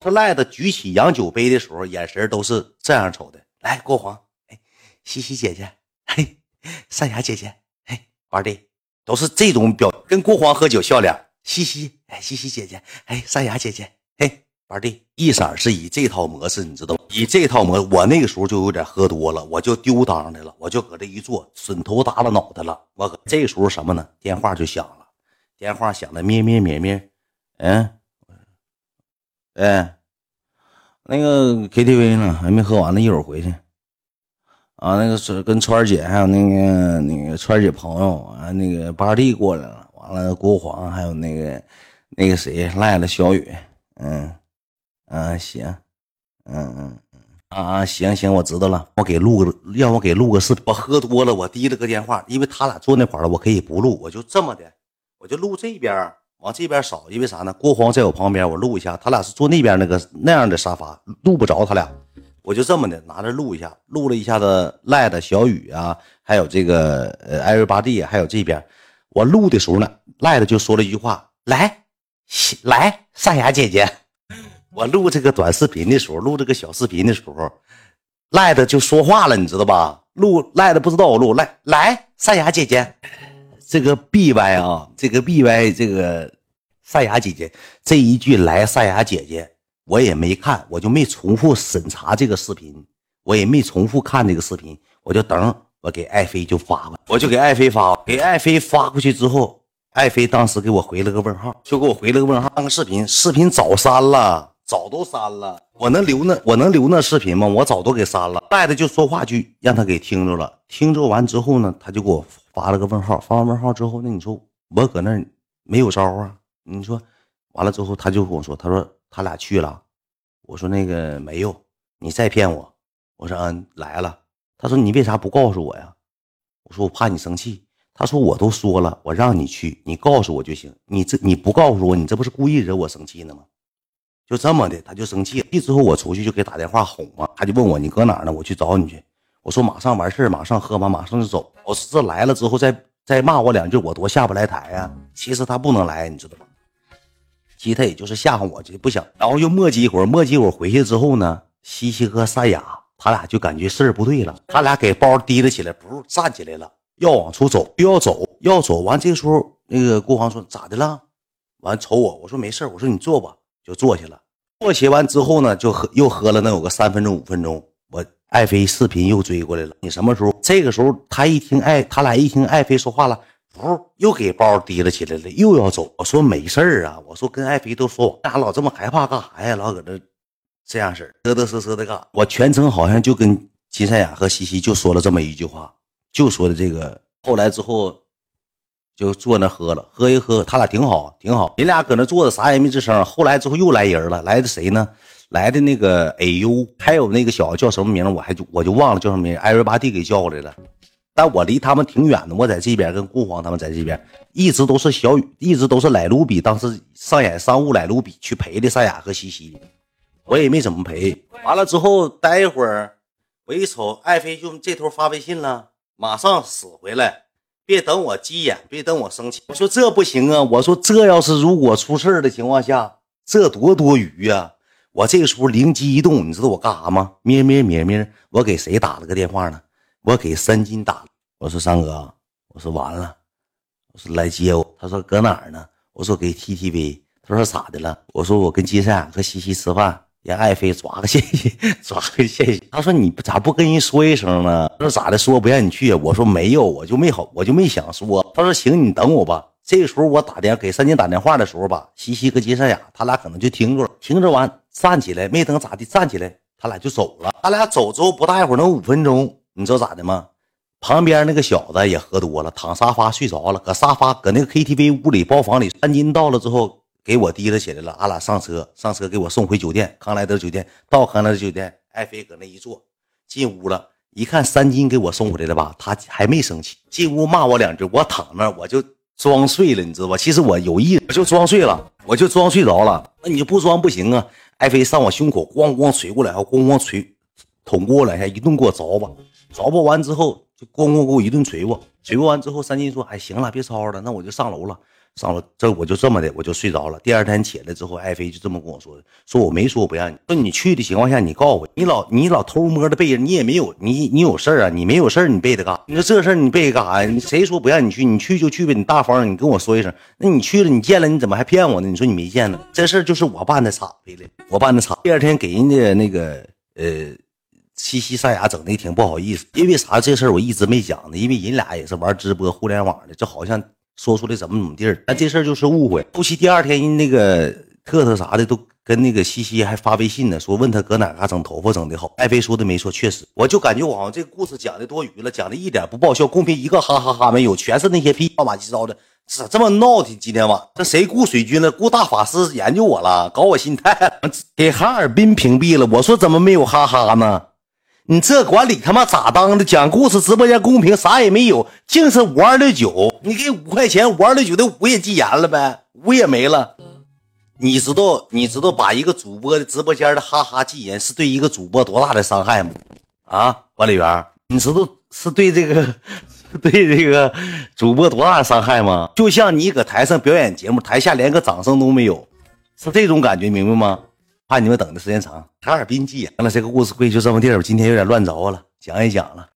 说赖的举起洋酒杯的时候，眼神都是这样瞅的。来，国皇，哎，西西姐姐，嘿，善雅姐姐，嘿，玩的都是这种表，跟国皇喝酒笑脸。西西，哎，西西姐姐，哎，善雅姐姐，嘿，玩的一色是以这套模式，你知道吗？以这套模式，我那个时候就有点喝多了，我就丢当的了，我就搁这一坐，笋头耷拉脑袋了。我搁这个时候什么呢？电话就响了，电话响的咩咩咩咩，那个 KTV 呢，还没喝完呢，一会儿回去。啊，那个是跟川儿姐还有那个川儿姐朋友啊，那个巴蒂过来了，完了国皇还有那个谁赖了小雨，行，行，我知道了，让我给录个视频。我喝多了，我提了个电话，因为他俩坐那块了，我可以不录，我就这么的，我就录这边，往这边扫，因为啥呢？国皇在我旁边，我录一下，他俩是坐那边那样的沙发，录不着他俩。我就这么的拿着录一下，录了一下子赖的小雨啊，还有这个everybody，还有这边，我录的时候呢，赖的就说了一句话：来，善雅姐姐。我录这个短视频的时候，录这个小视频的时候，赖的就说话了，你知道吧？赖的不知道我录来，善雅姐姐，这个 BY 啊，这个 BY 这个善雅姐姐这一句来善雅姐姐。我也没看，我就没重复审查这个视频，我也没重复看这个视频，我就等我给爱妃就发了，我就给爱妃发，给爱妃发过去之后，爱妃当时给我回了个问号，就给我回了个问号，看个视频早删了，早都删了，我能留那视频吗？我早都给删了。赖的就说话句让他给听着了，听着完之后呢，他就给我发了个问号，发完问号之后，那你说我搁那没有招啊？你说完了之后，他就跟我说，他说他俩去了。我说那个没有，你再骗我。我说来了。他说你为啥不告诉我呀？我说我怕你生气。他说我都说了，我让你去，你告诉我就行。你不告诉我，你这不是故意惹我生气呢吗？就这么的，他就生气了。之后我出去就给打电话哄嘛，他就问我你搁哪儿呢？我去找你去。我说马上完事马上喝完马上就走。我说这来了之后再骂我两句，我多下不来台呀。其实他不能来，你知道吗？其实他也就是吓唬我，就不想，然后又磨叽一会儿回去之后呢，西西和三雅他俩就感觉事儿不对了，他俩给包提了起来，不是站起来了，要往出走，要走完。这个时候那个国皇说咋的了？完瞅我说没事，我说你坐吧，就坐下了。坐下完之后呢，又喝了能有个3分钟5分钟，我爱妃视频又追过来了。你什么时候？这个时候他俩一听爱妃说话了。又给包提了起来了，又要走。我说没事啊，我说跟爱妃都说我俩老这么害怕干啥呀？老搁这样式嘚嘚瑟瑟的干。我全程好像就跟金善雅和西西就说了这么一句话，就说的这个。后来之后就坐那喝了，喝一喝，他俩挺好，人俩搁那坐着啥也没吱声。后来之后又来人了，来的谁呢？来的那个 AU， 还有那个小子叫什么名，我就忘了叫什么名，艾瑞巴蒂给叫过来了。但我离他们挺远的，我在这边跟顾皇他们在这边，一直都是小雨，一直都是莱卢比当时上演商务莱卢比去陪的赛亚和西西，我也没怎么陪。完了之后待一会儿，我一瞅爱妃就这头发微信了，马上死回来，别等我急眼，别等我生气。我说这不行啊，我说这要是如果出事的情况下，这多余啊。我这个时候灵机一动，你知道我干啥吗？咩，我给谁打了个电话呢？我给三金打了，我说三哥，我说完了，我说来接我。他说搁哪儿呢？我说给 TTV。他说咋的了？我说我跟金善和西西吃饭，让爱妃抓个谢谢。他说你咋不跟人说一声呢？他说咋的？说不让你去啊？我说没有，我就没想说。他说行，你等我吧。这个时候我给三金打电话的时候吧，西西和金善雅他俩可能就听着了，听着完站起来，没等咋地站起来，他俩就走了。他俩走之后不大一会儿，能5分钟。你知道咋的吗？旁边那个小子也喝多了，躺沙发睡着了，搁那个 KTV 屋里包房里。三金到了之后给我提了起来了，俺俩上车给我送回酒店，康莱德酒店。到康莱德酒店，爱妃搁那一坐，进屋了，一看三金给我送回来了吧，他还没生气，进屋骂我两句，我躺那我就装睡了，你知道吧？其实我有意，我就装睡了，我就装睡着了。那你就不装不行啊！爱妃上我胸口咣咣捶过来，咣咣捶，捅过来，一顿给我凿吧。着不完之后就咣咣给我一顿捶过完之后，三金说：“哎，行了，别吵了，那我就上楼了。” 上了这我就这么的我就睡着了。第二天起来之后，爱妃就这么跟我说的，说我没说我不让你，说你去的情况下你告诉我，你老偷摸的背着，你也没有你有事啊，你没有事你背着干啥？你说这事儿你背着干啥呀？你谁说不让你去？你去就去呗，你大方你跟我说一声。那你去了你见了你怎么还骗我呢？你说你没见呢？这事儿就是我办的差，我办的差。第二天给人家那个西西赛亚整的挺不好意思，因为啥这事儿我一直没讲呢，因为人俩也是玩直播互联网的，就好像说出来怎么地儿，但这事儿就是误会。后期第二天人那个特啥的都跟那个西西还发微信呢，说问他搁哪嘎整头发整的好。爱妃说的没错，确实，我就感觉我好像这个故事讲的多余了，讲的一点不爆笑，公屏一个哈哈哈没有，全是那些屁话马鸡糟的。咋这么闹挺？今天晚这谁雇水军了？雇大法师研究我了，搞我心态了，给哈尔滨屏蔽了。我说怎么没有哈哈呢？你这管理他妈咋当的？讲故事直播间公屏啥也没有，净是5269。你给5块钱，5269的5也禁言了呗，5也没了。你知道把一个主播的直播间的哈哈禁言是对一个主播多大的伤害吗？啊，管理员，你知道是对这个主播多大的伤害吗？就像你搁台上表演节目，台下连个掌声都没有，是这种感觉，明白吗？怕你们等的时间长。哈尔滨禁言了，这个故事会就这么地儿，今天有点乱着了，讲一讲了。